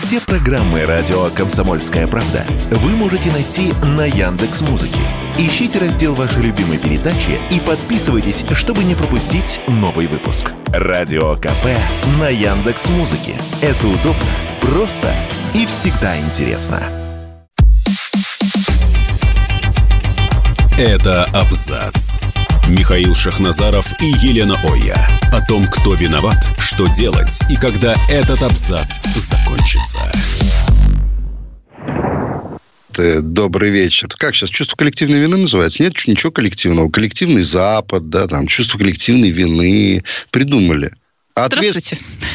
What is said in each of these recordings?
Все программы радио «Комсомольская правда» вы можете найти на Яндекс.Музыке. Ищите раздел вашей любимой передачи и подписывайтесь, чтобы не пропустить новый выпуск. Радио КП на Яндекс.Музыке. Это удобно, просто и всегда интересно. Это «Абзац». Михаил Шахназаров и Елена Оя. О том, кто виноват, что делать и когда этот абзац закончится. Добрый вечер. Как сейчас? Чувство коллективной вины называется? Нет, ничего коллективного. Коллективный Запад, да, там, чувство коллективной вины придумали. Здравствуйте.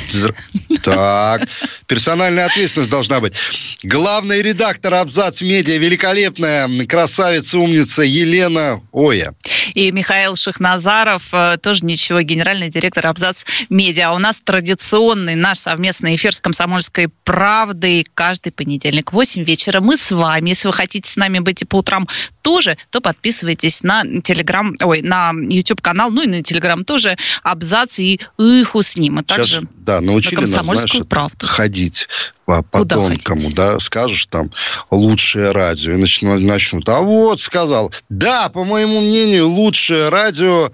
Так, персональная ответственность должна быть. Главный редактор «Абзац Медиа», великолепная красавица, умница Елена Оя. И Михаил Шахназаров, тоже ничего, генеральный директор «Абзац Медиа». У нас традиционный наш совместный эфир с «Комсомольской правдой» каждый понедельник в 8 вечера. Мы с вами. Если вы хотите с нами быть и по утрам тоже, то подписывайтесь на на YouTube-канал, ну и на Telegram тоже «Абзац» и «Иху с ним». А также сейчас, да, научили нас, знаешь, ходить по тонкому, да, скажешь там лучшее радио, и начнут. А вот сказал, да, по моему мнению, лучшее радио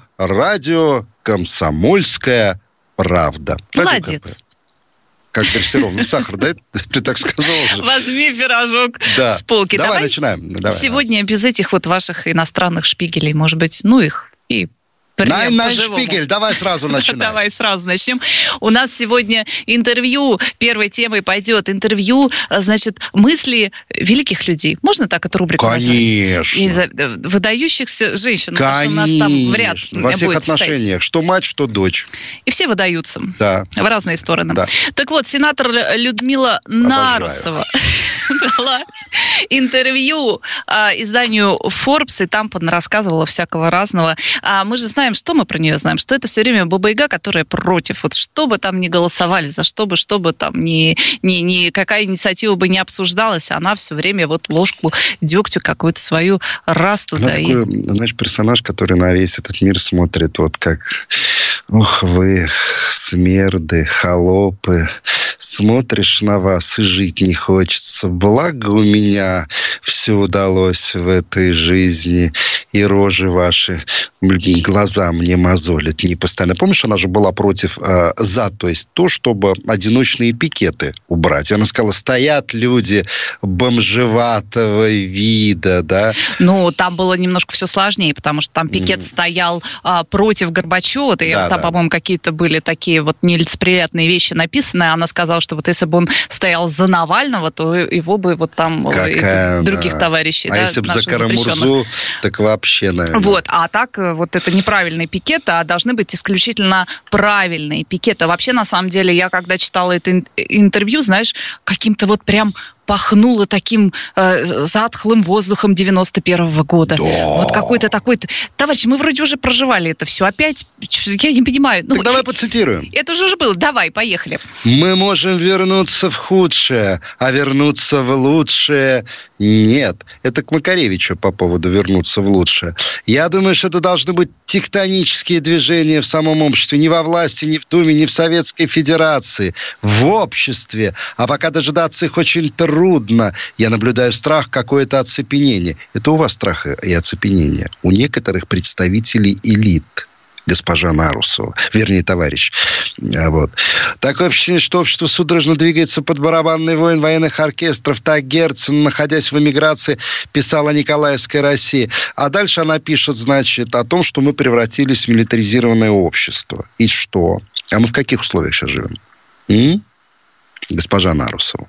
«Комсомольская правда». Молодец. Как дрессированный сахар, да? Ты так сказала же. Возьми пирожок с полки. Давай начинаем. Сегодня без этих вот ваших иностранных шпигелей, может быть, ну их и... Найн Шпигель, давай сразу начинаем. Давай сразу начнем. У нас сегодня интервью. Первой темой пойдет интервью, значит, мысли великих людей. Можно так эту рубрику назвать? Конечно. Выдающихся женщин. Конечно. У нас там в ряд во всех отношениях. Стоять. Что мать, что дочь. И все выдаются. Да. В разные стороны. Да. Так вот, сенатор Людмила Нарусова дала интервью изданию Forbes, и там рассказывала всякого разного. Мы же знаем, что мы про нее знаем, что это все время баба-яга, которая против. Вот что бы там ни голосовали, за что бы там какая инициатива бы не обсуждалась, она все время вот ложку дегтю какую-то свою раз туда. Она такой, знаешь, персонаж, который на весь этот мир смотрит вот как... Ох вы, смерды, холопы, смотришь на вас и жить не хочется. Благо у меня все удалось в этой жизни, и рожи ваши, глаза мне мозолят не постоянно. Помнишь, она же была против, то есть то, чтобы одиночные пикеты убрать. Она сказала, стоят люди бомжеватого вида, да? Ну, там было немножко все сложнее, потому что там пикет стоял против Горбачева, там, по-моему, какие-то были такие вот нелицеприятные вещи написаны. Она сказала, что вот если бы он стоял за Навального, то его бы вот там других товарищей. А если бы за Карамурзу, так вообще, наверное. Вот, а так вот это неправильные пикеты, а должны быть исключительно правильные пикеты. Вообще, на самом деле, я когда читала это интервью, знаешь, каким-то вот прям пахнуло таким затхлым воздухом 91-го года. Да. Вот какой-то такой... Товарищи, мы вроде уже проживали это все. Опять, я не понимаю. Так давай процитируем. Это же уже было. Давай, поехали. Мы можем вернуться в худшее, а вернуться в лучшее нет. Это к Макаревичу по поводу вернуться в лучшее. Я думаю, что это должны быть тектонические движения в самом обществе. Не во власти, не в Думе, не в Советской Федерации. В обществе. А пока дожидаться их очень трудно. Я наблюдаю страх, какое-то оцепенение. Это у вас страх и оцепенение. У некоторых представителей элит, госпожа Нарусова, вернее, товарищ. Вот. Такое ощущение, что общество судорожно двигается под барабанный вой военных оркестров. Так Герцен, находясь в эмиграции, писал о Николаевской России. А дальше она пишет, значит, о том, что мы превратились в милитаризированное общество. И что? А мы в каких условиях сейчас живем? Госпожа Нарусова.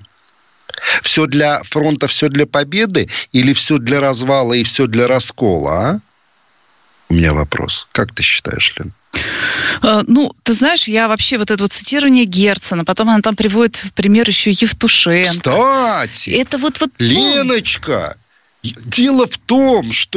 Все для фронта, все для победы? Или все для развала и все для раскола, а? У меня вопрос. Как ты считаешь, Лен? Ну, ты знаешь, я вообще вот это вот цитирование Герцена, потом она там приводит в пример еще Евтушенко. Кстати, это вот Леночка, дело в том, что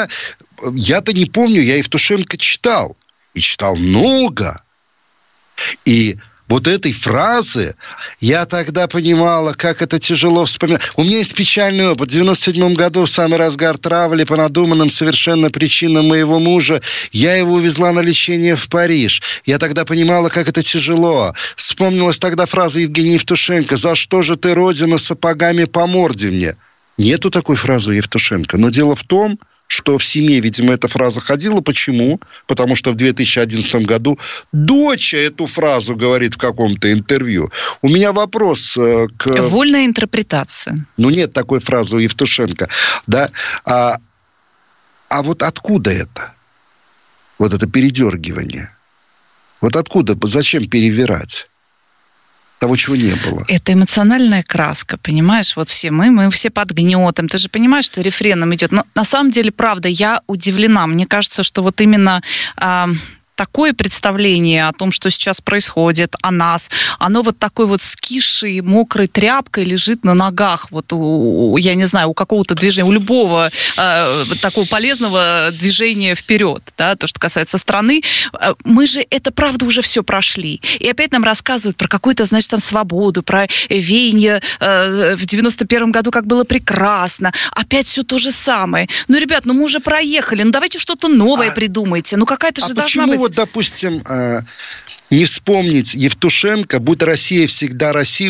я-то не помню, я Евтушенко читал. И читал много. И вот этой фразы, я тогда понимала, как это тяжело вспоминать. У меня есть печальный опыт. В 97 году, в самый разгар травли, по надуманным совершенно причинам моего мужа, я его увезла на лечение в Париж. Я тогда понимала, как это тяжело. Вспомнилась тогда фраза Евгения Евтушенко: «За что же ты, Родина, сапогами по морде мне?» Нету такой фразы у Евтушенко. Но дело в том, что в семье, видимо, эта фраза ходила. Почему? Потому что в 2011 году доча эту фразу говорит в каком-то интервью. У меня вопрос к... Вольная интерпретация. Ну, нет такой фразы у Евтушенко. Да? А вот откуда это? Вот это передергивание. Вот откуда? Зачем перевирать? Того, чего не было. Это эмоциональная краска, понимаешь? Вот все мы все под гнетом. Ты же понимаешь, что рефреном идет. Но на самом деле, правда, я удивлена. Мне кажется, что вот именно... такое представление о том, что сейчас происходит, о нас, оно вот такой вот скисшей, мокрой тряпкой лежит на ногах. Вот я не знаю, у какого-то движения, у любого такого полезного движения вперед, да, то, что касается страны. Мы же это, правда, уже все прошли. И опять нам рассказывают про какую-то, значит, там свободу, про веяние в 91-м году, как было прекрасно. Опять все то же самое. Ну, ребят, мы уже проехали. Ну, давайте что-то новое придумайте. Ну, какая-то же должна быть... Вот, допустим, не вспомнить Евтушенко: «Будь Россия всегда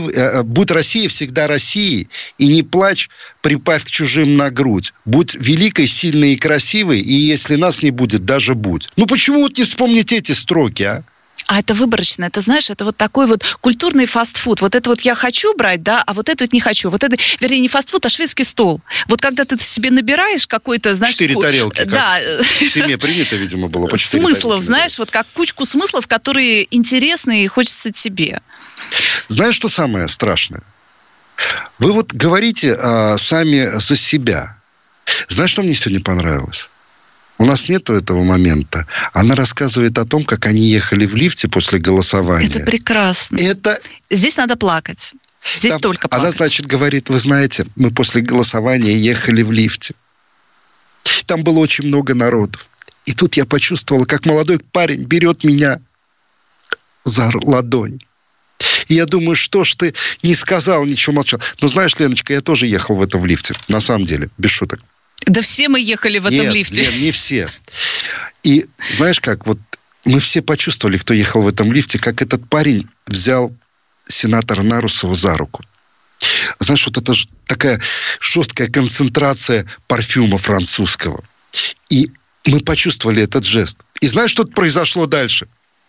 Россией, и не плачь, припав к чужим на грудь. Будь великой, сильной и красивой, и если нас не будет, даже будь». Ну, почему вот не вспомнить эти строки, а? А это выборочно, это, знаешь, это вот такой вот культурный фастфуд. Вот это вот я хочу брать, да, а вот это вот не хочу. Вот это, вернее, не фастфуд, а шведский стол. Вот когда ты себе набираешь какой-то, знаешь... 4 тарелки. Да. В семье принято, видимо, было по 4 смыслов, тарелки, знаешь, вот как кучку смыслов, которые интересны и хочется тебе. Знаешь, что самое страшное? Вы вот говорите сами за себя. Знаешь, что мне сегодня понравилось? У нас нету этого момента. Она рассказывает о том, как они ехали в лифте после голосования. Это прекрасно. Здесь надо плакать. Здесь только плакать. Она, значит, говорит: вы знаете, мы после голосования ехали в лифте. Там было очень много народу. И тут я почувствовала, как молодой парень берет меня за ладонь. И я думаю, что ж ты не сказал, ничего молчал. Но знаешь, Леночка, я тоже ехал в этом лифте. На самом деле, без шуток. Да все мы ехали в этом лифте. Нет, не все. И знаешь как, вот мы все почувствовали, кто ехал в этом лифте, как этот парень взял сенатора Нарусова за руку. Знаешь, вот это же такая жесткая концентрация парфюма французского. И мы почувствовали этот жест. И знаешь, что произошло дальше?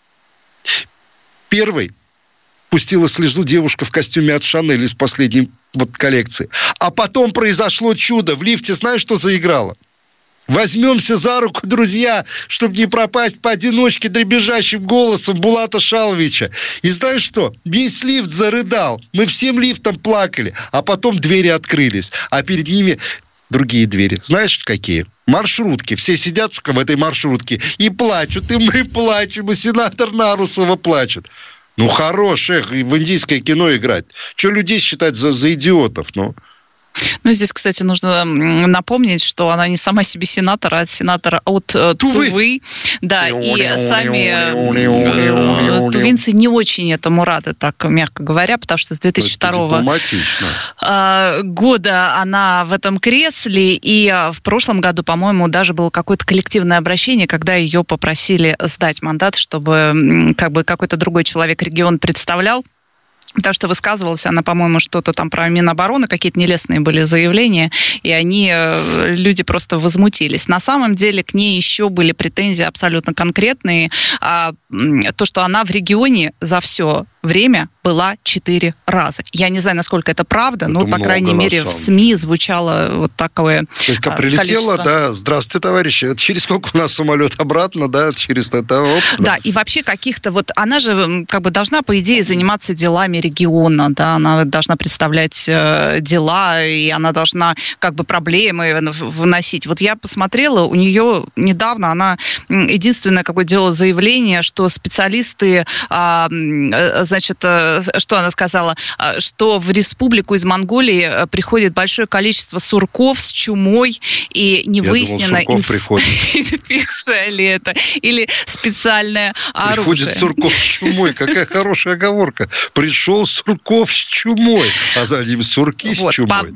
Первый пустила слезу девушка в костюме от Шанель из последней коллекции. А потом произошло чудо. В лифте знаешь, что заиграло? Возьмемся за руку, друзья, чтобы не пропасть поодиночке дребезжащим голосом Булата Шаловича. И знаешь что? Весь лифт зарыдал. Мы всем лифтом плакали. А потом двери открылись. А перед ними другие двери. Знаешь, какие? Маршрутки. Все сидят в этой маршрутке и плачут. И мы плачем. И сенатор Нарусова плачет. Ну, хорош, в индийское кино играть. Что людей считать за идиотов, ну? Ну, здесь, кстати, нужно напомнить, что она не сама себе сенатор, а сенатор от Тувы. Да, и сами тувинцы не очень этому рады, так мягко говоря, потому что с 2002 года она в этом кресле, и в прошлом году, по-моему, даже было какое-то коллективное обращение, когда ее попросили сдать мандат, чтобы как бы какой-то другой человек регион представлял. Потому что высказывалась она, по-моему, что-то там про Минобороны, какие-то нелестные были заявления, и люди просто возмутились. На самом деле к ней еще были претензии абсолютно конкретные. То, что она в регионе за все время была 4 раза. Я не знаю, насколько это правда, но, по крайней мере, в СМИ звучало вот такое количество. Прилетела, да, здравствуйте, товарищи. Через сколько у нас самолет обратно, да, через это... Да, и вообще каких-то она же как бы должна, по идее, заниматься делами региона, да, она должна представлять дела, и она должна как бы проблемы выносить. Вот я посмотрела, у нее недавно, она единственное, какое делала заявление, что специалисты, значит, что она сказала? Что в республику из Монголии приходит большое количество сурков с чумой, и не выяснено, инфекция ли это, или специальное оружие. Приходит сурков с чумой. Какая хорошая оговорка. Пришел сурков с чумой, а за ним сурки с чумой.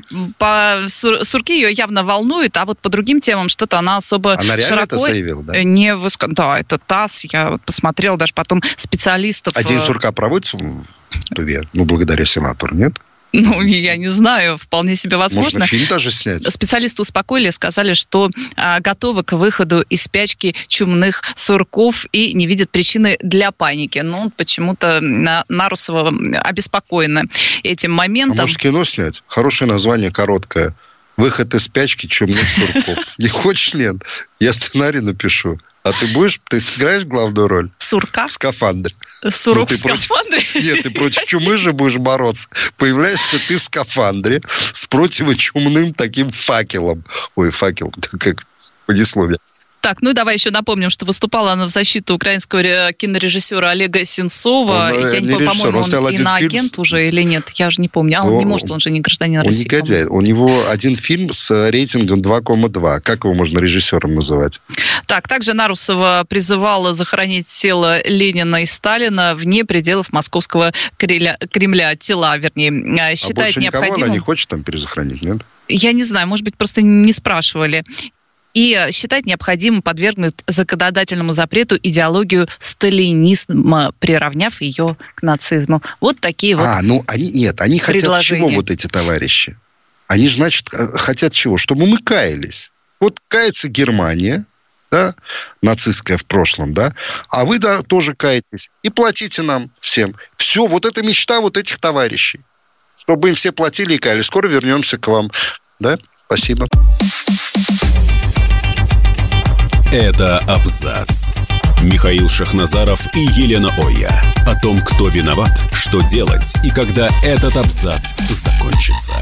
Сурки ее явно волнуют, а вот по другим темам что-то она особо она реально широко это заявила, да? Не высказала. Да, это ТАСС, я посмотрела даже потом специалистов. А День сурка проводится в Туве? Благодаря сенатору, нет? Я не знаю, вполне себе возможно. Можно фильм даже снять. Специалисты успокоили, сказали, что готовы к выходу из спячки чумных сурков и не видят причины для паники. Но почему-то Нарусова обеспокоена этим моментом. А может, кино снять? Хорошее название, короткое. «Выход из спячки чумных сурков». Не хочешь, Лен? Я сценарий напишу. А ты сыграешь главную роль? Сурка? В скафандре. Сурок в скафандре? Нет, ты против чумы же будешь бороться. Появляешься ты в скафандре с противочумным таким факелом. Ой, факел, как понесло меня. Так, давай еще напомним, что выступала она в защиту украинского кинорежиссера Олега Сенцова. Я не помню, по-моему, он иноагент уже или нет, я же не помню. Он не может, он же не гражданин России. Он негодяй. У него один фильм с рейтингом 2,2. Как его можно режиссером называть? Так, также Нарусова призывала захоронить тело Ленина и Сталина вне пределов московского Кремля. Тела, вернее. Считает больше никого она не хочет там перезахоронить, нет? Я не знаю, может быть, просто не спрашивали. И считать необходимым подвергнуть законодательному запрету идеологию сталинизма, приравняв ее к нацизму. Вот такие вот они хотят чего, вот эти товарищи? Они же, значит, хотят чего? Чтобы мы каялись. Вот кается Германия, да, нацистская в прошлом, да, а вы, да, тоже каетесь. И платите нам всем. Все, вот это мечта вот этих товарищей. Чтобы им все платили и каялись. Скоро вернемся к вам. Да? Спасибо. Это «Абзац». Михаил Шахназаров и Елена Оя. О том, кто виноват, что делать и когда этот абзац закончится.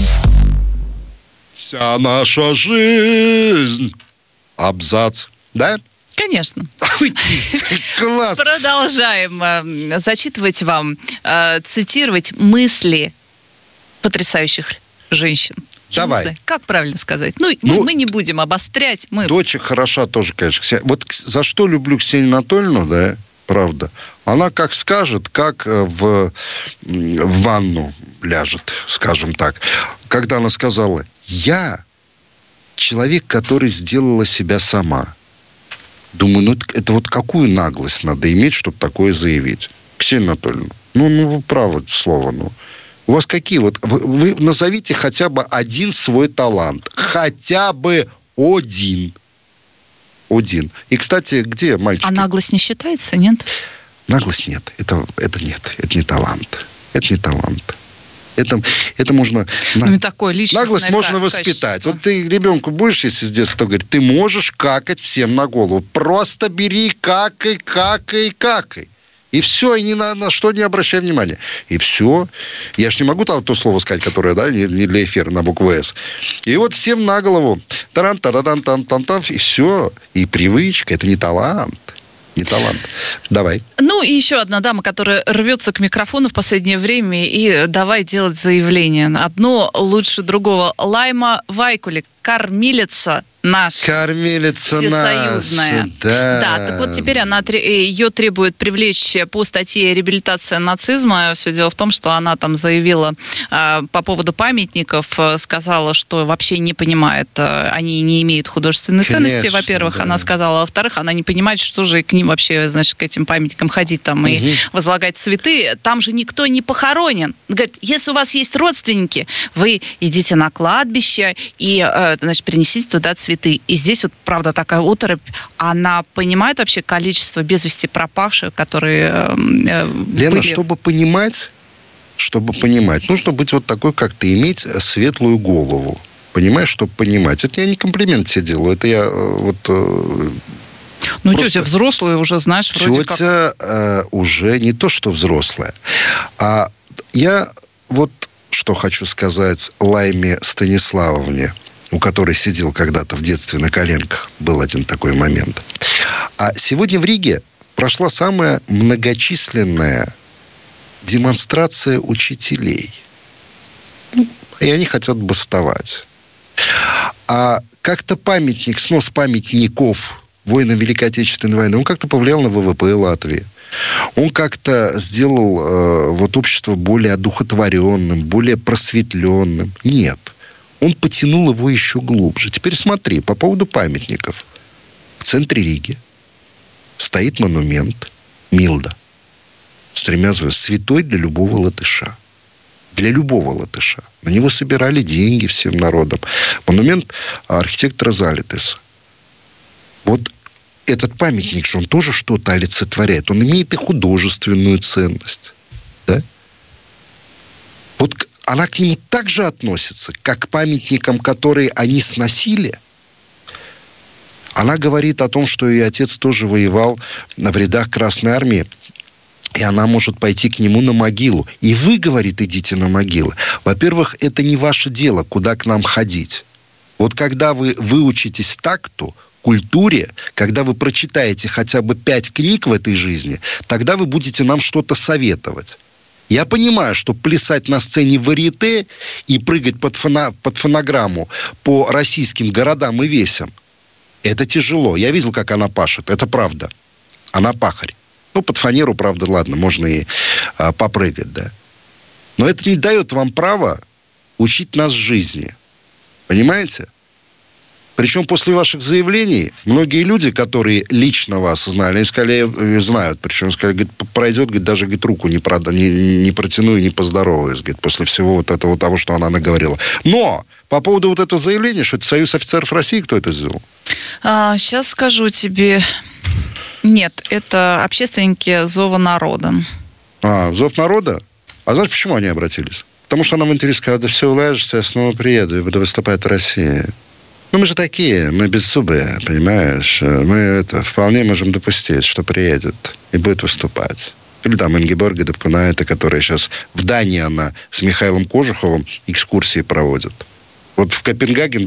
Вся наша жизнь. Абзац. Да? Конечно. Класс. Продолжаем зачитывать вам, цитировать мысли потрясающих женщин. Давай. Как правильно сказать? Мы не будем обострять. Дочь хороша тоже, конечно. Вот за что люблю Ксению Анатольевну, да, правда. Она как скажет, как в ванну ляжет, скажем так. Когда она сказала: я человек, который сделала себя сама. Думаю, это вот какую наглость надо иметь, чтобы такое заявить? Ксения Анатольевна, вы правы, слово, У вас какие вы назовите хотя бы один свой талант. Хотя бы один. И, кстати, где мальчики? А наглость не считается, нет? Наглость нет. Это нет. Это не талант. Это не талант. Это можно... такое личностное наглость можно воспитать. Вот ты ребенку будешь, если с детства говорить, ты можешь какать всем на голову. Просто бери, какай. И все, и ни на что не обращай внимания. И все. Я ж не могу то слово сказать, которое, да, не для эфира, на букву «С». И вот всем на голову. Таран-таран-тан-тан-тан. И все. И привычка. Это не талант. Не талант. Давай. И еще одна дама, которая рвется к микрофону в последнее время и давай делать заявление. Одно лучше другого. Лайма Вайкулик, кормилица наша. Кормилица всесоюзная. Наша, да. Да, так вот теперь ее требует привлечь по статье «Реабилитация нацизма». Все дело в том, что она там заявила по поводу памятников, сказала, что вообще не понимает, они не имеют художественной ценности, во-первых, да. Она сказала, а во-вторых, она не понимает, что же к ним вообще, значит, к этим памятникам ходить там и возлагать цветы. Там же никто не похоронен. Говорит, если у вас есть родственники, вы идите на кладбище и, значит, принесите туда цветы. И здесь вот, правда, такая оторопь. Она понимает вообще количество без вести пропавших, которые Лена, были... чтобы понимать, нужно быть вот такой, как ты, иметь светлую голову. Понимаешь, чтобы понимать. Это я не комплимент тебе делаю, это я просто... тетя взрослая уже, знаешь, вроде как... Тетя уже не то, что взрослая. А я вот что хочу сказать Лайме Станиславовне, у которой сидел когда-то в детстве на коленках. Был один такой момент. А сегодня в Риге прошла самая многочисленная демонстрация учителей. И они хотят бастовать. А как-то снос памятников воинам Великой Отечественной войны, он как-то повлиял на ВВП Латвии. Он как-то сделал общество более одухотворенным, более просветленным. Нет. Он потянул его еще глубже. Теперь смотри, по поводу памятников. В центре Риги стоит монумент Милда с 3 звездами. Святой для любого латыша. Для любого латыша. На него собирали деньги всем народом. Монумент архитектора Залитеса. Вот этот памятник же, он тоже что-то олицетворяет. Он имеет и художественную ценность. Да? Вот она к нему так же относится, как к памятникам, которые они сносили. Она говорит о том, что ее отец тоже воевал в рядах Красной Армии. И она может пойти к нему на могилу. И вы, говорит, идите на могилы. Во-первых, это не ваше дело, куда к нам ходить. Вот когда вы выучитесь такту, культуре, когда вы прочитаете хотя бы 5 книг в этой жизни, тогда вы будете нам что-то советовать. Я понимаю, что плясать на сцене варьете и прыгать под фонограмму по российским городам и весям, это тяжело. Я видел, как она пашет. Это правда. Она пахарь. Под фанеру, правда, ладно, можно и попрыгать, да. Но это не дает вам права учить нас жизни. Понимаете? Причем после ваших заявлений многие люди, которые лично вас знали, они сказали, знают, причем сказали, говорит, пройдет, говорит, даже говорит, руку не протяну и не поздороваюсь, говорит, после всего вот этого того, что она наговорила. Но по поводу вот этого заявления, что это Союз офицеров России, кто это сделал? Сейчас скажу тебе. Нет, это общественники Зова народа. Зов народа? А знаешь, почему они обратились? Потому что она в интервью сказала, да все, уложишься, я снова приеду и буду выступать в России. Мы же такие, мы беззубые, понимаешь? Мы вполне можем допустить, что приедет и будет выступать. Или там Ингеборга Депкунаита, которая сейчас в Дании, она с Михаилом Кожуховым экскурсии проводит. Вот в Копенгаген,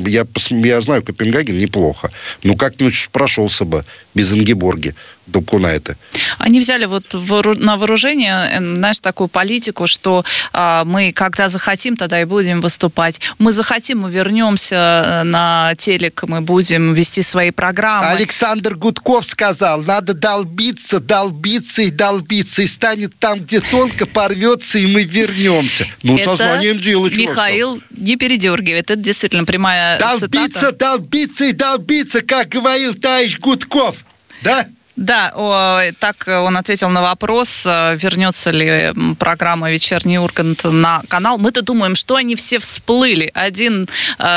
я знаю, Копенгаген неплохо. Но как-нибудь прошелся бы без Ингеборги Депкунаита. Они взяли на вооружение, знаешь, такую политику, что мы, когда захотим, тогда и будем выступать. Мы захотим, мы вернемся на телек, мы будем вести свои программы. Александр Гудков сказал, надо долбиться, долбиться и долбиться. И станет там, где тонко порвется, и мы вернемся. Сознанием дела. Михаил не передергивает. Это действительно прямая цитата. Долбиться и долбиться, как говорил товарищ Гудков. Да? Да, так он ответил на вопрос, вернется ли программа «Вечерний Ургант» на канал. Мы-то думаем, что они все всплыли. Один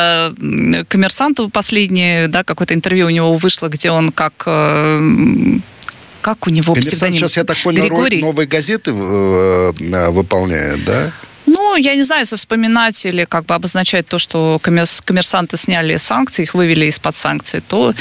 коммерсанту последнее, да, какое-то интервью у него вышло, где он как у него псевдоним? Сейчас, я так понял, роль «Новой газеты» выполняет, да? Я не знаю, если вспоминать или обозначать то, что коммерсанты сняли санкции, их вывели из-под санкций, то,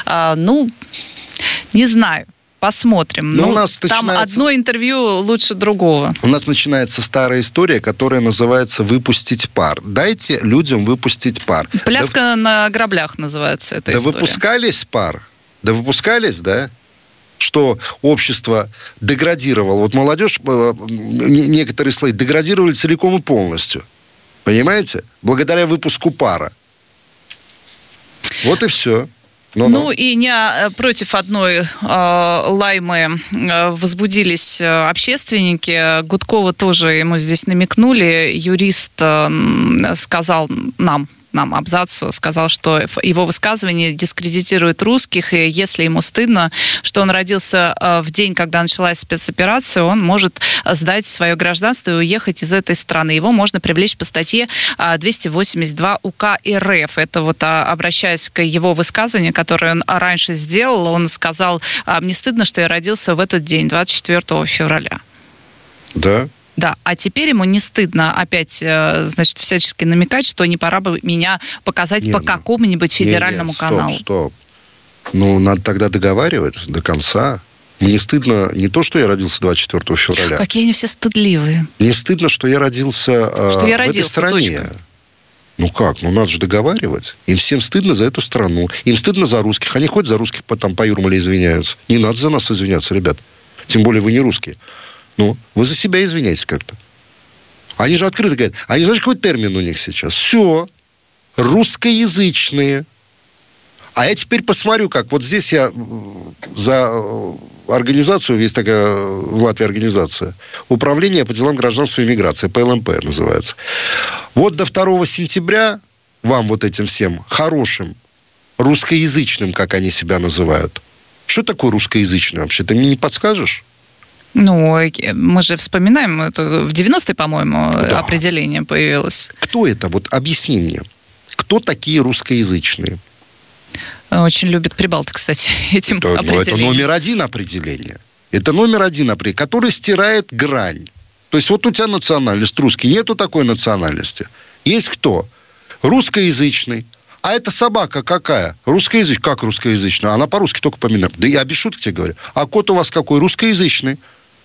не знаю. Посмотрим. Там одно интервью лучше другого. У нас начинается старая история, которая называется «Выпустить пар». Дайте людям выпустить пар. Пляска на граблях называется эта история. Да выпускались пар? Да выпускались, да? Что общество деградировало. Вот молодежь, некоторые слои деградировали целиком и полностью. Понимаете? Благодаря выпуску пара. Вот и все. И не против одной лаймы возбудились общественники. Гудкова тоже ему здесь намекнули. Юрист сказал нам Абзацу, сказал, что его высказывание дискредитирует русских, и если ему стыдно, что он родился в день, когда началась спецоперация, он может сдать свое гражданство и уехать из этой страны. Его можно привлечь по статье 282 УК РФ. Это обращаясь к его высказыванию, которое он раньше сделал, он сказал, мне стыдно, что я родился в этот день, 24 февраля. Да. Да, а теперь ему не стыдно опять, всячески намекать, что не пора бы меня показать по какому-нибудь федеральному каналу. Стоп. Надо тогда договаривать до конца. Мне стыдно не то, что я родился 24 февраля. Какие они все стыдливые. Мне стыдно, что я родился в этой стране. Точка. Надо же договаривать. Им всем стыдно за эту страну. Им стыдно за русских. Они хоть за русских по Юрмале извиняются. Не надо за нас извиняться, ребят. Тем более вы не русские. Ну, вы за себя извиняйтесь как-то. Они же открыто говорят. Они, знаешь, какой термин у них сейчас? Все. Русскоязычные. А я теперь посмотрю, как. Вот здесь я за организацию, есть такая в Латвии организация. Управление по делам гражданства и миграции. ПЛМП называется. Вот до 2 сентября вам вот этим всем хорошим, русскоязычным, как они себя называют. Что такое русскоязычный вообще? Ты мне не подскажешь? Ну, мы же вспоминаем, это в 90-е, по-моему, да. Определение появилось. Кто это? Вот объясни мне. Кто такие русскоязычные? Очень любят Прибалты, кстати, этим определением. Это номер один определение. Это номер один определение, который стирает грань. То есть вот у тебя национальность русский. Нету такой национальности. Есть кто? Русскоязычный. А это собака какая? Русскоязычная. Как русскоязычная? Она по-русски только поминает. Да я без шуток тебе говорю. А кот у вас какой? Русскоязычный.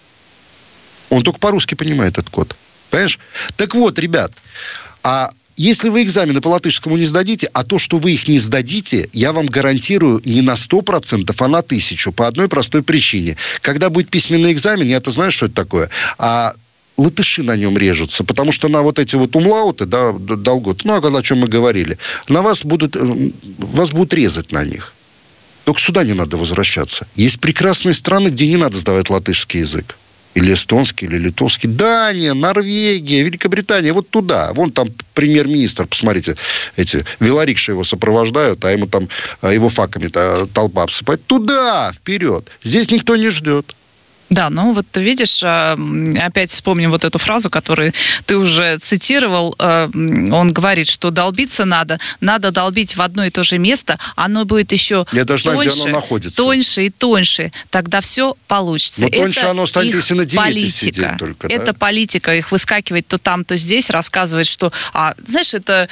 Он только по-русски понимает, этот кот. Понимаешь? Так вот, ребят, если вы экзамены по латышскому не сдадите, а то, что вы их не сдадите, я вам гарантирую не на 100%, а на 1000%. По одной простой причине. Когда будет письменный экзамен, я-то знаю, что это такое, латыши на нем режутся, потому что на вот эти вот умлауты, да, долготы, о чем мы говорили, вас будут резать на них. Только сюда не надо возвращаться. Есть прекрасные страны, где не надо сдавать латышский язык. Или эстонский, или литовский. Дания, Норвегия, Великобритания. Вот туда. Вон там премьер-министр, посмотрите, эти велорикши его сопровождают, а ему там его факами толпа обсыпает. Туда, вперед. Здесь никто не ждет. Да, ну вот видишь, опять вспомним вот эту фразу, которую ты уже цитировал. Он говорит, что долбиться надо долбить в одно и то же место, оно будет еще тоньше и тоньше. Тогда все получится. Но тоньше оно станет, если на диете сидеть только. Да? Это политика, их выскакивать то там, то здесь, рассказывать, что, знаешь, это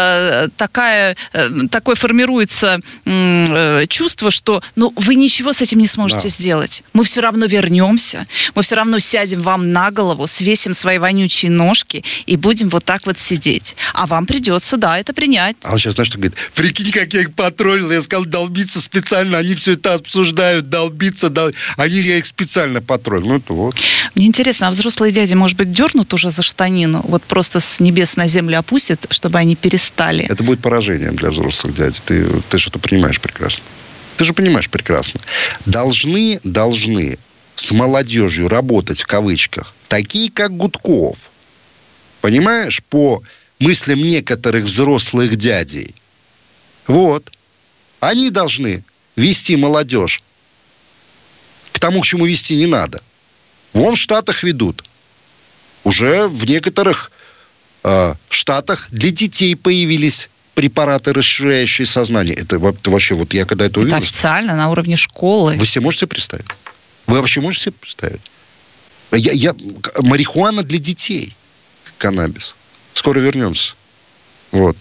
такое формируется чувство, что вы ничего с этим не сможете сделать. Мы все равно вернемся. Мы все равно сядем вам на голову, свесим свои вонючие ножки и будем вот так вот сидеть. А вам придется, это принять. А он сейчас, знаешь, что говорит? Прикинь, как я их потроллил. Я сказал, долбиться специально. Они все это обсуждают. Долбиться. Я их специально потроллил. Ну, это вот. Мне интересно, а взрослые дяди, может быть, дернут уже за штанину? Вот просто с небес на землю опустят, чтобы они перестали? Это будет поражением для взрослых дядей. Ты что-то понимаешь прекрасно. Ты же понимаешь прекрасно. Должны с молодежью работать, в кавычках, такие, как Гудков. Понимаешь? По мыслям некоторых взрослых дядей. Вот. Они должны вести молодежь к тому, к чему вести не надо. Вон в Штатах ведут. Уже в некоторых штатах для детей появились препараты, расширяющие сознание. Это вообще, вот я когда это увидел... Это официально, на уровне школы. Вы себе можете представить? Вы вообще можете себе представить? Марихуана для детей. Каннабис. Скоро вернемся. Вот.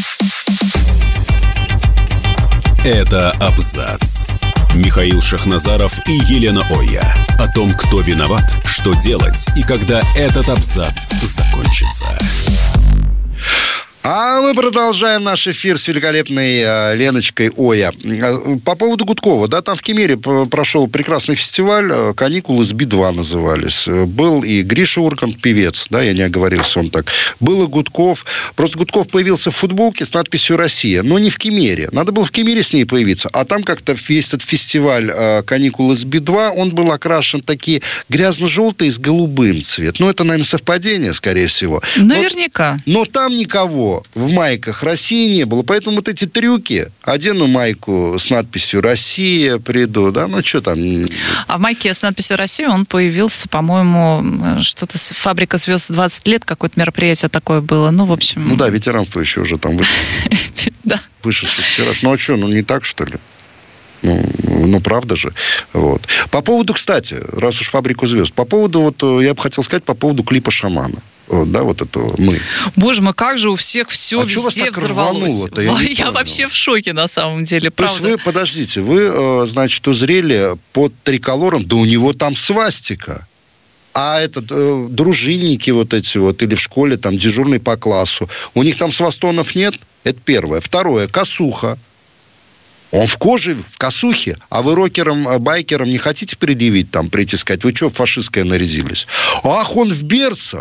Это «Абзац». Михаил Шахназаров и Елена Оя. О том, кто виноват, что делать и когда этот абзац закончится. А мы продолжаем наш эфир с великолепной Леночкой Оя. По поводу Гудкова, там в Кемере прошел прекрасный фестиваль, «Каникулы» с Би-2 назывались. Был и Гриша Ургант, певец, я не оговорился, он так. Был и Гудков. Просто Гудков появился в футболке с надписью «Россия», но не в Кемере. Надо было в Кемере с ней появиться. А там как-то весь этот фестиваль «Каникулы» с Би-2, он был окрашен такие грязно-желтый с голубым цвет. Это, наверное, совпадение, скорее всего. Наверняка. Но там никого в майках России не было. Поэтому вот эти трюки. Одену майку с надписью «Россия», приду. Что там? А в майке с надписью «Россия» он появился, по-моему, что-то с «Фабрика звезд 20 лет», какое-то мероприятие такое было. В общем... ветеранство еще уже там вышедшее вчера. Не так, что ли? Правда же. Вот. По поводу, кстати, раз уж «Фабрику звезд», я бы хотел сказать по поводу клипа «Шамана». Мы. Боже мой, как же у всех все везде взорвалось. Я вообще в шоке, на самом деле, правда. То есть подождите, вы, значит, узрели под триколором, у него там свастика. А дружинники или в школе там дежурный по классу, у них там свастонов нет? Это первое. Второе, косуха. Он в коже, в косухе, а вы рокерам, байкерам не хотите предъявить, там, прийти сказать, вы что, фашистское нарядились? Ах, он в берцах.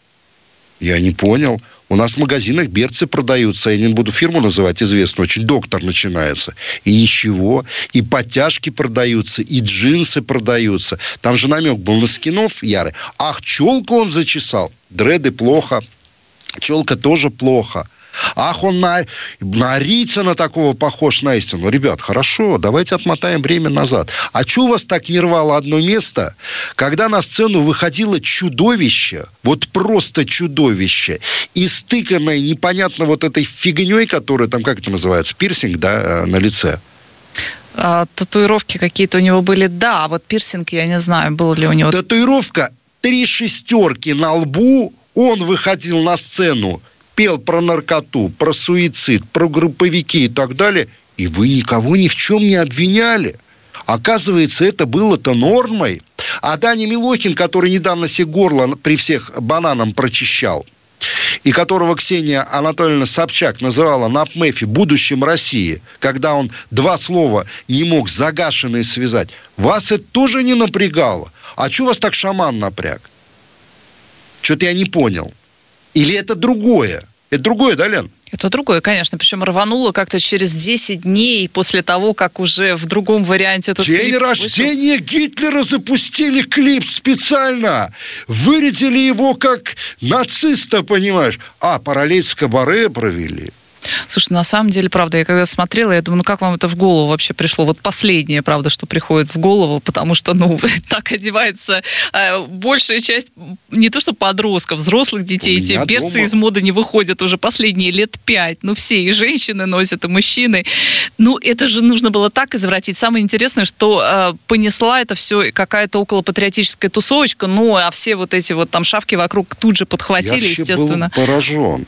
Я не понял. У нас в магазинах берцы продаются. Я не буду фирму называть, известно, очень доктор начинается. И ничего. И подтяжки продаются, и джинсы продаются. Там же намек был на скинов ярый. Ах, челку он зачесал. Дреды плохо. Челка тоже плохо. Ах, он на Рицына такого похож на истину. Ребят, хорошо, давайте отмотаем время назад. А что у вас так не рвало одно место, когда на сцену выходило чудовище, вот просто чудовище, истыканное непонятно вот этой фигней, которая там, как это называется, пирсинг, да, на лице? Татуировки какие-то у него были, да, а вот пирсинг, я не знаю, был ли у него... Татуировка 3 шестерки на лбу, он выходил на сцену, пел про наркоту, про суицид, про групповики и так далее, и вы никого ни в чем не обвиняли. Оказывается, это было-то нормой. А Даня Милохин, который недавно себе горло при всех бананом прочищал, и которого Ксения Анатольевна Собчак называла на ПМЭФе будущим России, когда он 2 слова не мог загашенные связать, вас это тоже не напрягало? А что вас так шаман напряг? Что-то я не понял. Или это другое? Это другое, да, Лен? Это другое, конечно. Причем рвануло как-то через 10 дней после того, как уже в другом варианте этот клип День рождения Гитлера запустили клип специально. Вырядили его как нациста, понимаешь. А параллель с Кабаре провели. Слушай, на самом деле, правда, я когда смотрела, я думаю, ну как вам это в голову вообще пришло? Вот последнее, правда, что приходит в голову, потому что, ну, так одевается большая часть, не то что подростков, взрослых детей, эти берцы из моды не выходят уже последние лет 5. Ну, все, и женщины носят, и мужчины. Ну, это же нужно было так извратить. Самое интересное, что понесла это все какая-то околопатриотическая тусовочка, ну, а все вот эти вот там шавки вокруг тут же подхватили, я естественно. Я был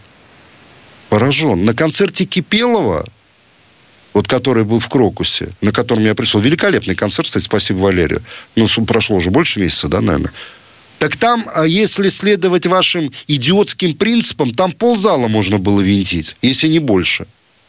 поражен. На концерте Кипелова, вот который был в Крокусе, на котором я пришел, великолепный концерт, кстати, спасибо Валерию. Ну, прошло уже больше месяца, да, наверное. Так там, если следовать вашим идиотским принципам, там ползала можно было винтить, если не больше.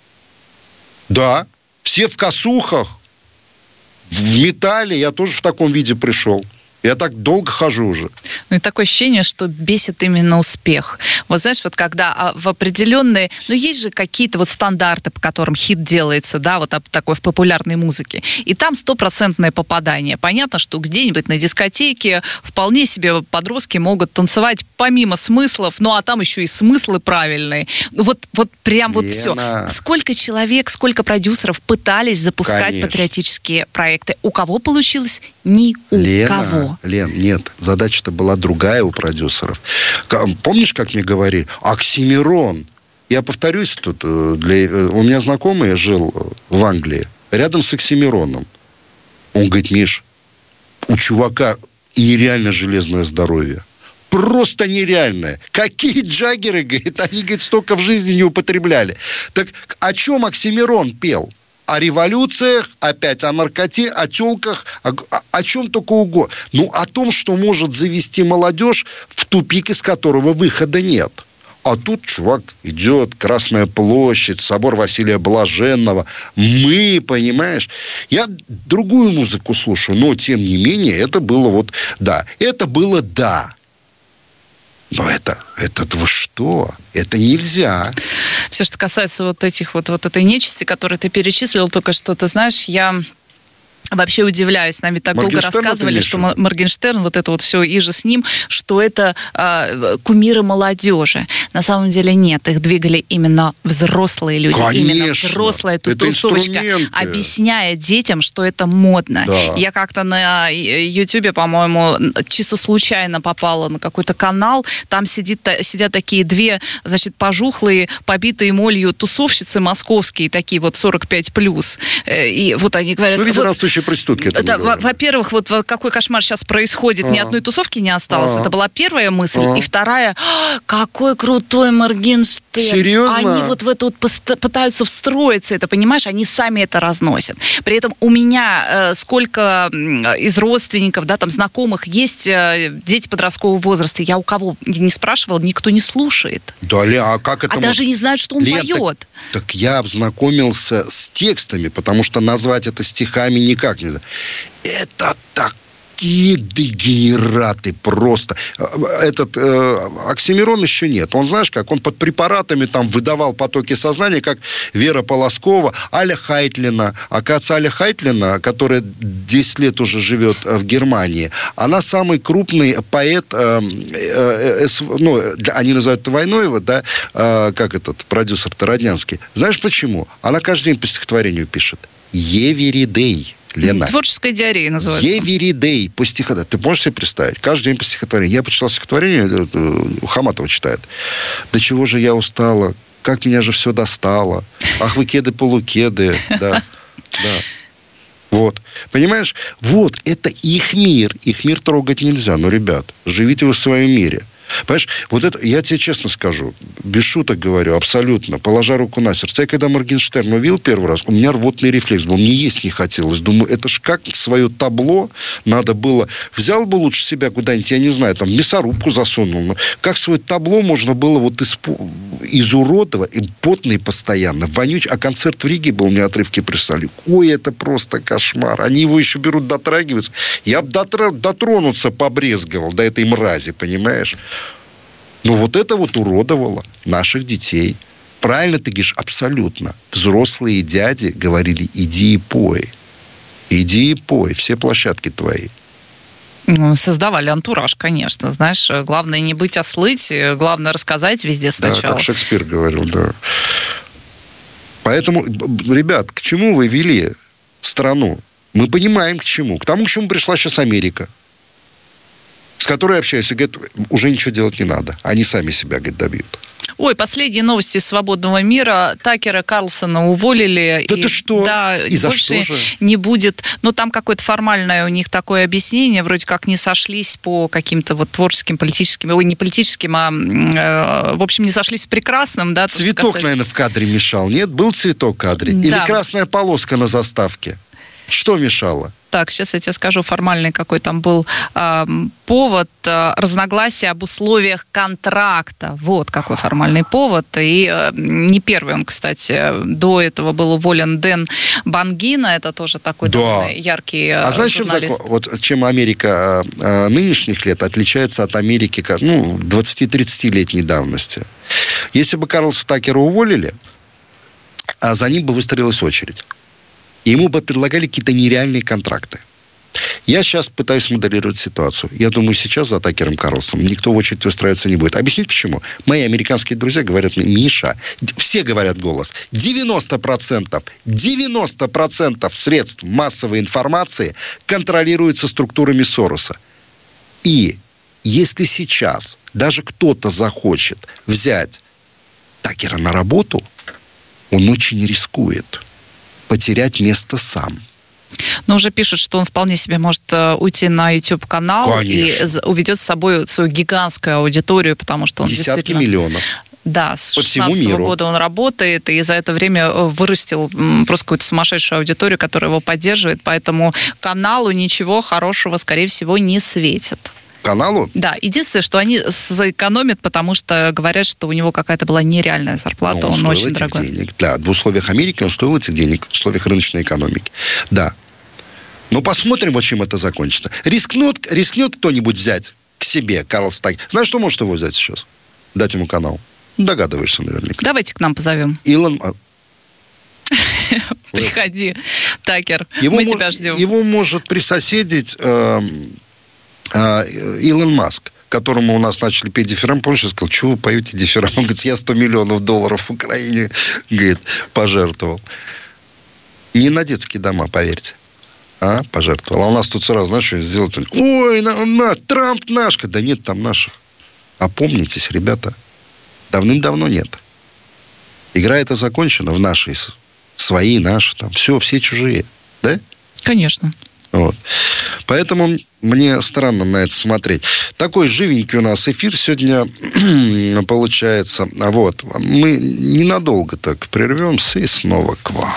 Да, все в косухах, в металле, я тоже в таком виде пришел. Я так долго хожу уже. Ну и такое ощущение, что бесит именно успех. Вот знаешь, вот когда в определенные... Ну есть же какие-то вот стандарты, по которым хит делается, да, вот такой в популярной музыке. И там 100% попадание. Понятно, что где-нибудь на дискотеке вполне себе подростки могут танцевать помимо смыслов, ну а там еще и смыслы правильные. Вот прям вот все. Сколько человек, сколько продюсеров пытались запускать патриотические проекты. У кого получилось? Ни у кого. Лен, нет, задача-то была другая у продюсеров. Помнишь, как мне говорили? Оксимирон. Я повторюсь тут. У меня знакомый жил в Англии, рядом с Оксимироном. Он говорит, Миш, у чувака нереально железное здоровье. Просто нереальное. Какие джаггеры, говорит, они, говорит, столько в жизни не употребляли. Так о чем Оксимирон пел? О революциях, опять о наркоте, о тёлках, о чем только угодно. Ну, о том, что может завести молодежь в тупик, из которого выхода нет. А тут чувак идет, Красная площадь, собор Василия Блаженного. Мы, понимаешь? Я другую музыку слушаю, но, тем не менее, это было вот да. Это было да. Но это вы что? Это нельзя. Все, что касается вот этих вот этой нечисти, которую ты перечислил только что, ты знаешь, я вообще удивляюсь. Нам ведь так долго рассказывали, что Моргенштерн, вот это вот все, и же с ним, что это кумиры молодежи. На самом деле нет. Их двигали именно взрослые люди. Конечно. Именно взрослая тусовочка, объясняя детям, что это модно. Да. Я как-то на Ютубе, по-моему, чисто случайно попала на какой-то канал. Там сидят такие 2, значит, пожухлые, побитые молью тусовщицы московские, такие вот 45+. И вот они говорят... Ну, видимо, растущее настоящие проститутки. Во-первых, вот какой кошмар сейчас происходит, ни одной тусовки не осталось. Это была первая мысль. И вторая, какой крутой Моргенштерн. Серьезно? Они вот в это вот пытаются встроиться, это, понимаешь, они сами это разносят. При этом у меня сколько из родственников, да, там, знакомых есть дети подросткового возраста. Я у кого не спрашивала, никто не слушает. Да, а как это... даже не знают, что он поет. Так я ознакомился с текстами, потому что назвать это стихами никак нельзя. Это такие дегенераты просто. Этот Оксимирон еще нет. Он, знаешь как, он под препаратами там выдавал потоки сознания, как Вера Полоскова, Аля Хайтлина. Оказывается, Аля Хайтлина, которая 10 лет уже живет в Германии, она самый крупный поэт, они называют это Войноева, да, как этот продюсер-то Роднянский. Знаешь почему? Она каждый день по стихотворению пишет. Еверидей. Лена. Творческая диарея называется. Еверидей по стихотворению. Ты можешь себе представить? Каждый день по стихотворению. Я почитал стихотворение, Хаматова читает. До чего же я устала? Как меня же все достало? Ах, вы кеды-полукеды. Да. Вот. Понимаешь? Вот, это их мир. Их мир трогать нельзя. Но, ребят, живите вы в своем мире. Понимаешь, вот это, я тебе честно скажу, без шуток говорю, абсолютно, положа руку на сердце. Я когда Моргенштерна увидел первый раз, у меня рвотный рефлекс был, мне есть не хотелось. Думаю, это ж как свое табло надо было, взял бы лучше себя куда-нибудь, я не знаю, там, мясорубку засунул. Но как свое табло можно было вот изуродовать, и потный постоянно, вонючий. А концерт в Риге был, мне отрывки прислали. Ой, это просто кошмар. Они его еще берут, дотрагиваются. Я бы дотронуться побрезговал до этой мрази, понимаешь? Но вот это вот уродовало наших детей. Правильно ты говоришь, абсолютно. Взрослые дяди говорили, иди и пой. Иди и пой, все площадки твои. Создавали антураж, конечно. Знаешь, главное не быть, а слыть. Главное рассказать везде сначала. Да, как Шекспир говорил, да. Поэтому, ребят, к чему вы вели страну? Мы понимаем, к чему. К тому, к чему пришла сейчас Америка. С которой я общаюсь, и говорят, уже ничего делать не надо. Они сами себя, говорят, добьют. Ой, последние новости из свободного мира. Такера Карлсона уволили. Да ты что? Да, и за больше что же? Не будет. Но там какое-то формальное у них такое объяснение. Вроде как не сошлись по каким-то вот творческим, политическим, не политическим, а в общем, не сошлись в прекрасном. Да, цветок, наверное, в кадре мешал. Нет? Был цветок в кадре? Да. Или красная полоска на заставке? Что мешало? Так, сейчас я тебе скажу формальный, какой там был повод. Разногласия об условиях контракта. Вот какой формальный повод. И не первый он, кстати. До этого был уволен Дэн Бангина. Это тоже такой яркий знаешь, журналист. чем Америка нынешних лет отличается от Америки 20-30-летней давности? Если бы Карлса Такера уволили, за ним бы выстроилась очередь. Ему бы предлагали какие-то нереальные контракты. Я сейчас пытаюсь моделировать ситуацию. Я думаю, сейчас за Такером Карлсоном никто в очередь выстраиваться не будет. Объяснить почему? Мои американские друзья говорят мне, Миша, все говорят голос, 90% средств массовой информации контролируются структурами Сороса. И если сейчас даже кто-то захочет взять Такера на работу, он очень рискует потерять место сам. Но уже пишут, что он вполне себе может уйти на YouTube-канал. Конечно. И уведет с собой свою гигантскую аудиторию, потому что он десятки миллионов. Да, с 2016 года он работает, и за это время вырастил просто какую-то сумасшедшую аудиторию, которая его поддерживает, поэтому каналу ничего хорошего, скорее всего, не светит. Каналу? Да, единственное, что они сэкономят, потому что говорят, что у него какая-то была нереальная зарплата, он очень дорогой. Денег. Да, в условиях Америки он стоил этих денег, в условиях рыночной экономики. Да. Но посмотрим, вот чем это закончится. Рискнет кто-нибудь взять к себе Карлса Такера? Знаешь, что может его взять сейчас? Дать ему канал? Догадываешься наверняка. Давайте к нам позовем. Илон... Приходи, Такер, мы тебя ждем. Его может присоседить... Илон Маск, которому у нас начали петь дифирам, помнишь, я сказал, что вы поете дифирам? Он говорит, я $100 миллионов в Украине, говорит, пожертвовал. Не на детские дома, поверьте. Пожертвовал. А у нас тут сразу, знаешь, что сделать? Ой, Трамп наш. Да нет там наших. Опомнитесь, ребята. Давным-давно нет. Игра эта закончена в нашей, свои, наши, там, все чужие. Да? Конечно. Вот. Поэтому мне странно на это смотреть. Такой живенький у нас эфир сегодня получается. Вот. Мы ненадолго так прервемся и снова к вам.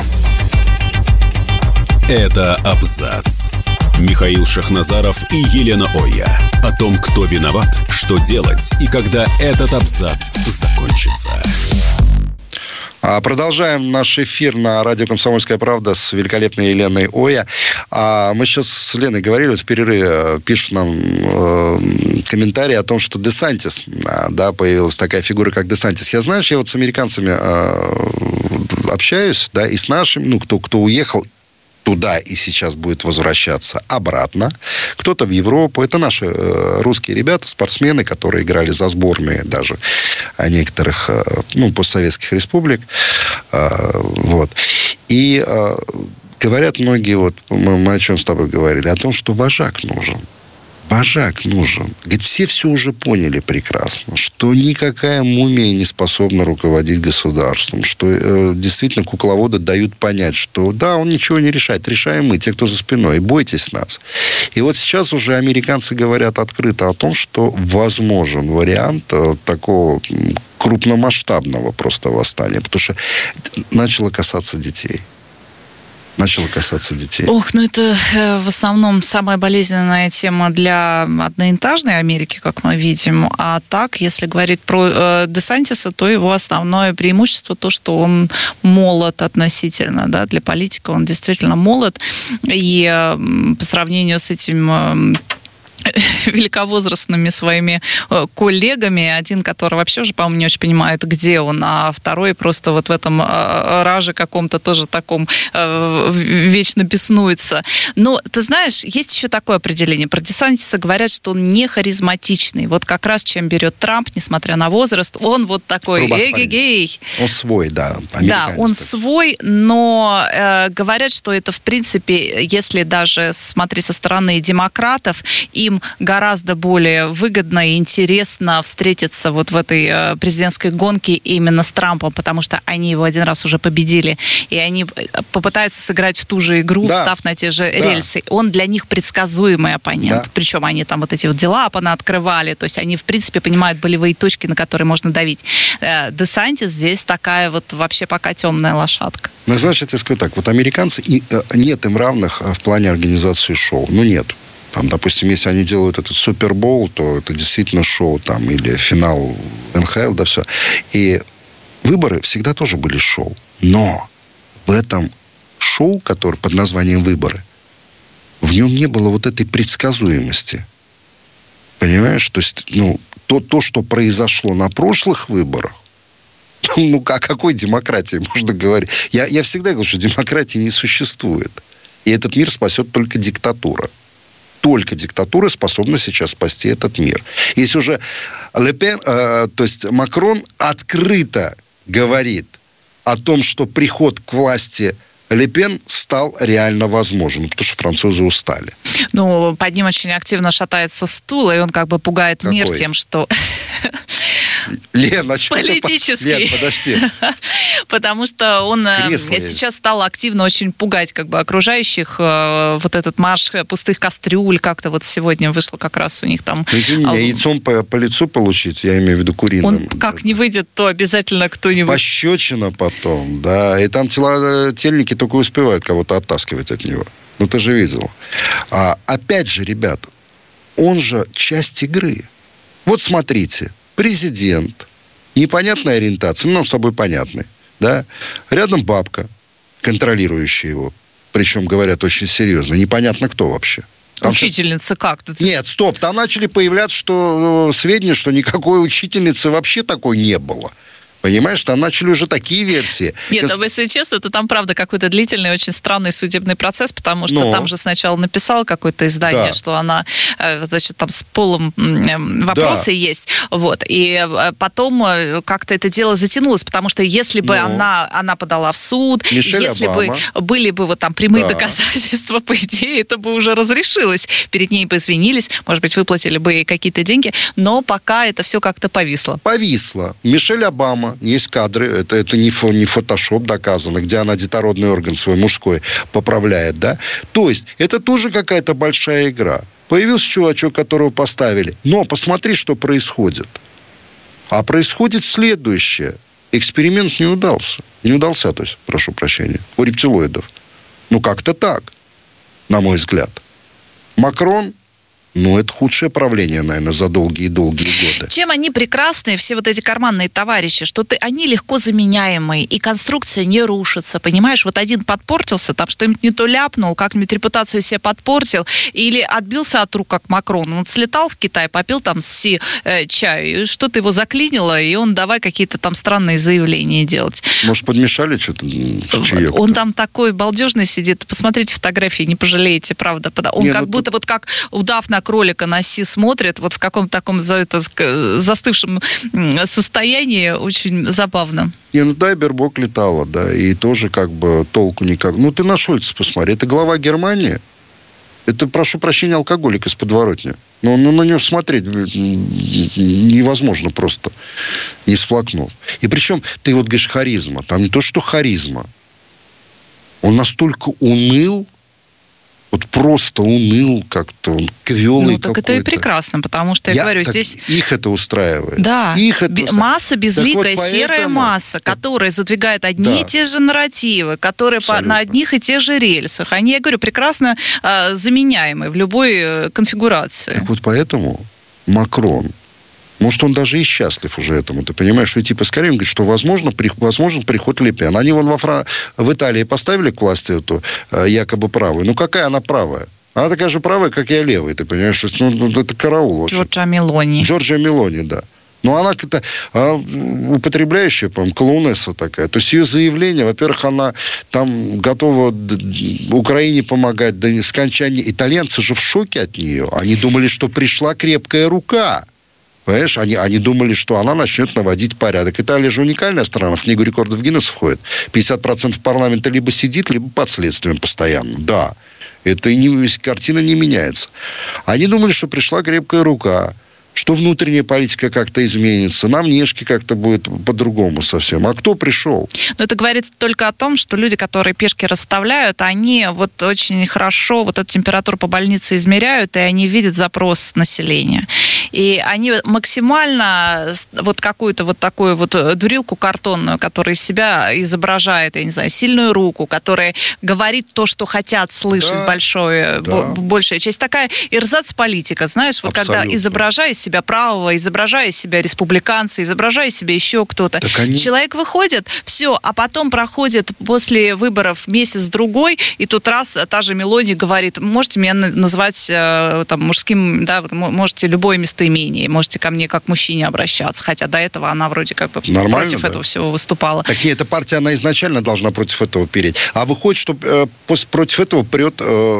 Это «Абзац». Михаил Шахназаров и Елена Оя. О том, кто виноват, что делать и когда этот абзац закончится. Продолжаем наш эфир на радио «Комсомольская правда» с великолепной Еленой Оя. Мы сейчас с Леной говорили, вот в перерыве пишут нам комментарии о том, что Десантис, да, появилась такая фигура, как Десантис. Я вот с американцами общаюсь, да, и с нашими, кто уехал туда и сейчас будет возвращаться обратно. Кто-то в Европу. Это наши русские ребята, спортсмены, которые играли за сборные даже некоторых постсоветских республик. Вот. И говорят многие, вот мы о чем с тобой говорили, о том, что вожак нужен. Вожак нужен. Говорит, все уже поняли прекрасно, что никакая мумия не способна руководить государством, что действительно кукловоды дают понять, что да, он ничего не решает, решаем мы, те, кто за спиной, бойтесь нас. И вот сейчас уже американцы говорят открыто о том, что возможен вариант такого крупномасштабного просто восстания, потому что начало касаться детей. Ох, это в основном самая болезненная тема для одноэтажной Америки, как мы видим. А так, если говорить про Десантиса, то его основное преимущество то, что он молод относительно, да, для политика он действительно молод. И по сравнению с этим великовозрастными своими коллегами, один, который вообще уже, по-моему, не очень понимает, где он, а второй просто вот в этом раже каком-то тоже таком вечно беснуется. Но, ты знаешь, есть еще такое определение. Про Десантиса говорят, что он не харизматичный. Вот как раз чем берет Трамп, несмотря на возраст, он вот такой эгегей. Он свой, да. Да, он свой, но говорят, что это, в принципе, если даже смотреть со стороны демократов, им гораздо более выгодно и интересно встретиться вот в этой президентской гонке именно с Трампом, потому что они его один раз уже победили, и они попытаются сыграть в ту же игру, встав на те же рельсы. Он для них предсказуемый оппонент. Причем они там вот эти вот дела понаоткрывали, то есть они, в принципе, понимают болевые точки, на которые можно давить. Десантис здесь такая вот вообще пока темная лошадка. Ну, значит, я скажу так, вот американцы, нет им равных в плане организации шоу. Нет. Там, допустим, если они делают этот Супербоул, то это действительно шоу там, или финал НХЛ, да все. И выборы всегда тоже были шоу. Но в этом шоу, которое под названием «Выборы», в нем не было вот этой предсказуемости. Понимаешь? То есть, то, что произошло на прошлых выборах, о какой демократии можно говорить? Я всегда говорю, что демократии не существует. И этот мир спасет только диктатура. Только диктатура способна сейчас спасти этот мир. Если уже Ле Пен, то есть Макрон открыто говорит о том, что приход к власти Ле Пен стал реально возможен, потому что французы устали. Под ним очень активно шатается стул, и он как бы пугает мир тем, что... Лен, политический. Лен, подожди. Потому что он сейчас стал активно очень пугать как бы окружающих. Вот этот марш пустых кастрюль как-то вот сегодня вышло как раз у них там... Извини меня, яйцом по лицу получить, я имею в виду куриным. Он как не выйдет, то обязательно кто-нибудь... Пощечина потом, да. И там тельники только успевают кого-то оттаскивать от него. Ты же видел. Опять же, ребята, он же часть игры. Вот смотрите. Президент, непонятная ориентация, нам с тобой понятны, да? Рядом бабка, контролирующая его, причем, говорят, очень серьезно, непонятно кто вообще. Учительница как? Нет, стоп, там начали появляться сведения, что никакой учительницы вообще такой не было. Понимаешь, там начали уже такие версии. Нет, если честно, то там, правда, какой-то длительный, очень странный судебный процесс, потому что там же сначала написал какое-то издание, что она, значит, там с полом вопросы есть. Вот. И потом как-то это дело затянулось, потому что если бы она подала в суд, если бы были бы вот там прямые доказательства, по идее, это бы уже разрешилось. Перед ней бы извинились, может быть, выплатили бы ей какие-то деньги, но пока это все как-то повисло. Повисло. Мишель Обама доказано, есть кадры, это не фотошоп доказано, где она детородный орган свой мужской поправляет, да. То есть, это тоже какая-то большая игра. Появился чувачок, которого поставили. Но посмотри, что происходит. А происходит следующее. Эксперимент не удался. Не удался, то есть, прошу прощения, у рептилоидов. Ну, как-то так, на мой взгляд. Макрон, это худшее правление, наверное, за долгие-долгие годы. Чем они прекрасны, все вот эти карманные товарищи, что они легко заменяемые, и конструкция не рушится, понимаешь? Вот один подпортился, там что-нибудь не то ляпнул, как-нибудь репутацию себе подпортил, или отбился от рук, как Макрон. Он слетал в Китай, попил там чаю, и что-то его заклинило, и он давай какие-то там странные заявления делать. Может, подмешали что-то в чаек? Он там такой балдежный сидит. Посмотрите фотографии, не пожалеете, правда. Он как будто вот как удав на кролика на оси смотрит, вот в каком-то таком застывшем состоянии, очень забавно. Дай Бербок летала, да, и тоже как бы толку никак. Ты на Шольца посмотри, это глава Германии, это, прошу прощения, алкоголик из подворотни. На него смотреть невозможно просто, не всплакнув. И причем, ты вот говоришь, харизма, там не то, что харизма, он настолько уныл, вот просто уныл как-то, он квелый так какой-то. Это и прекрасно, потому что, я говорю, здесь... Их это устраивает. Да, масса безликая, вот серая масса, которая задвигает одни и те же нарративы, которые на одних и тех же рельсах. Они, я говорю, прекрасно заменяемы в любой конфигурации. Так вот поэтому Макрон, может, он даже и счастлив уже этому. Ты понимаешь, что типа скорее он говорит, что возможен приход Ле Пен. Они в Италии поставили к власти эту якобы правую. Какая она правая? Она такая же правая, как я левая. Ты понимаешь, это караул. Джорджа Мелони, да. Но она как-то употребляющая, по-моему, клоунесса такая. То есть ее заявление, во-первых, она там готова Украине помогать до скончания. Итальянцы же в шоке от нее. Они думали, что пришла крепкая рука. Понимаешь, они думали, что она начнет наводить порядок. Италия же уникальная страна, в книгу рекордов Гиннесса входит. 50% парламента либо сидит, либо под следствием постоянно. Да, картина не меняется. Они думали, что пришла крепкая рука, что внутренняя политика как-то изменится, на внешке как-то будет по-другому совсем. А кто пришел? Это говорит только о том, что люди, которые пешки расставляют, они вот очень хорошо вот эту температуру по больнице измеряют, и они видят запрос населения. И они максимально вот какую-то вот такую вот дурилку картонную, которая из себя изображает, я не знаю, сильную руку, которая говорит то, что хотят слышать большая часть. Такая эрзац-политика, знаешь, вот абсолютно. Когда изображая себя правого, изображая себя республиканца, изображая себя еще кто-то. Человек выходит, все, а потом проходит после выборов месяц-другой, и тут раз та же Мелони говорит, можете меня называть там, мужским, да, можете любое местоимение, можете ко мне как мужчине обращаться, хотя до этого она вроде как бы против этого всего выступала. Так нет, эта партия, она изначально должна против этого переть. А выходит, что против этого прет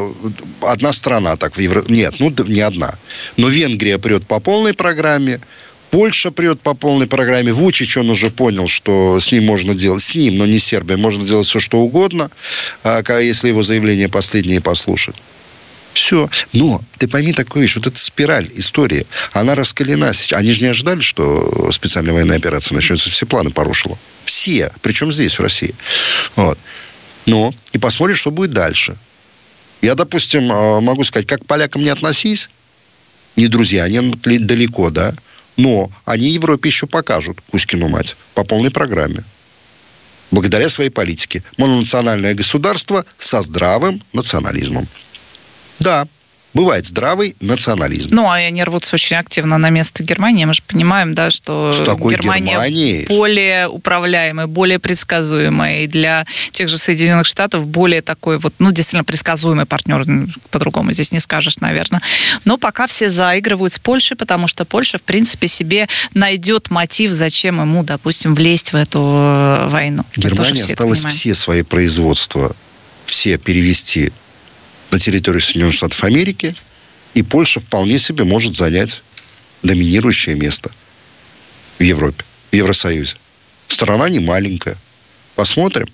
одна страна, так, нет, не одна, но Венгрия прет по полной программе, Польша прет по полной программе. Вучич, он уже понял, что с ним можно делать, с ним, но не Сербия, можно делать все, что угодно, если его заявление последнее послушать. Все. Но ты пойми такую вещь, вот эта спираль истории, она раскалена. Они же не ожидали, что специальная военная операция начнется, все планы порушила. Все. Причем здесь, в России. Вот. Но и посмотрим, что будет дальше. Я, допустим, могу сказать, как к полякам не относись, не друзья, они далеко, да, но они Европе еще покажут Кузькину мать по полной программе. Благодаря своей политике. Мононациональное государство со здравым национализмом. Да, бывает здравый национализм. Ну, а они рвутся очень активно на место Германии. Мы же понимаем, да, что Германия более управляемая, более предсказуемая. И для тех же Соединенных Штатов более такой вот, действительно предсказуемый партнер. По-другому здесь не скажешь, наверное. Но пока все заигрывают с Польшей, потому что Польша, в принципе, себе найдет мотив, зачем ему, допустим, влезть в эту войну. Германия осталось все свои производства, все перевести на территорию Соединенных Штатов Америки, и Польша вполне себе может занять доминирующее место в Европе, в Евросоюзе. Страна не маленькая. Посмотрим.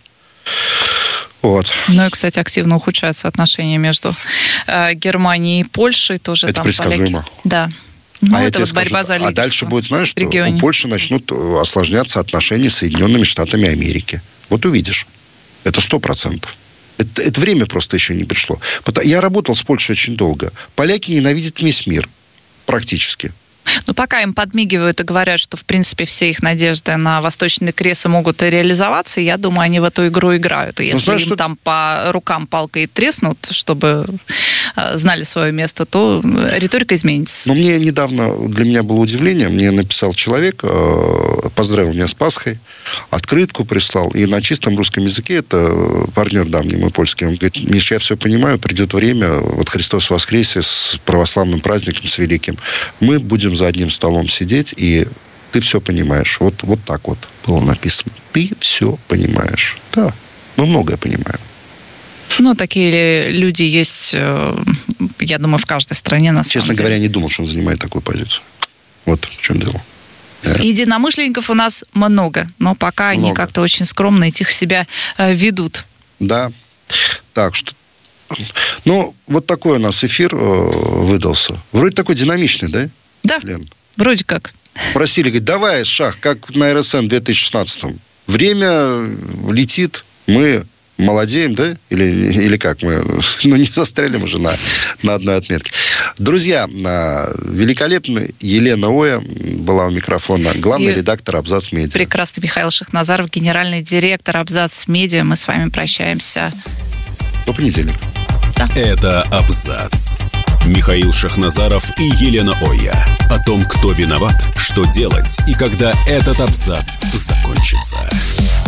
Вот. Ну и, кстати, активно ухудшаются отношения между Германией и Польшей. Тоже это там предсказуемо. Да. Это вот борьба за лидерство. А дальше будет, знаешь, что у Польши начнут осложняться отношения с Соединенными Штатами Америки. Вот увидишь. Это 100%. Это время просто еще не пришло. Я работал с Польшей очень долго. Поляки ненавидят весь мир. Практически. Пока им подмигивают и говорят, что, в принципе, все их надежды на Восточный Крест могут реализоваться, я думаю, они в эту игру играют. И если им там по рукам палкой треснут, чтобы знали свое место, то риторика изменится. Но мне недавно, для меня было удивление, мне написал человек, поздравил меня с Пасхой, открытку прислал, и на чистом русском языке, это партнер давний мой польский, он говорит: Миш, я все понимаю, придет время, вот Христос воскресе с православным праздником, с великим, мы будем за одним столом сидеть, и ты все понимаешь. Вот так вот было написано. Ты все понимаешь. Да, мы многое понимаем. Такие люди есть, я думаю, в каждой стране, на самом деле. Честно говоря, я не думал, что он занимает такую позицию. Вот в чем дело. Единомышленников у нас много, но пока они как-то очень скромно и тихо себя ведут. Да. Так что... вот такой у нас эфир выдался. Вроде такой динамичный, да? Да, Лен? Вроде как. Просили, говорит, давай, Шах, как на РСН в 2016-м. Время летит, мы молодеем, да? Или как мы? Не застрялим уже на одной отметке. Друзья, великолепная Елена Оя была у микрофона, главный редактор «Абзац Медиа». Прекрасный Михаил Шахназаров, генеральный директор «Абзац Медиа». Мы с вами прощаемся. До понедельника. Да. Это «Абзац». Михаил Шахназаров и Елена Оя. О том, кто виноват, что делать и когда этот абзац закончится.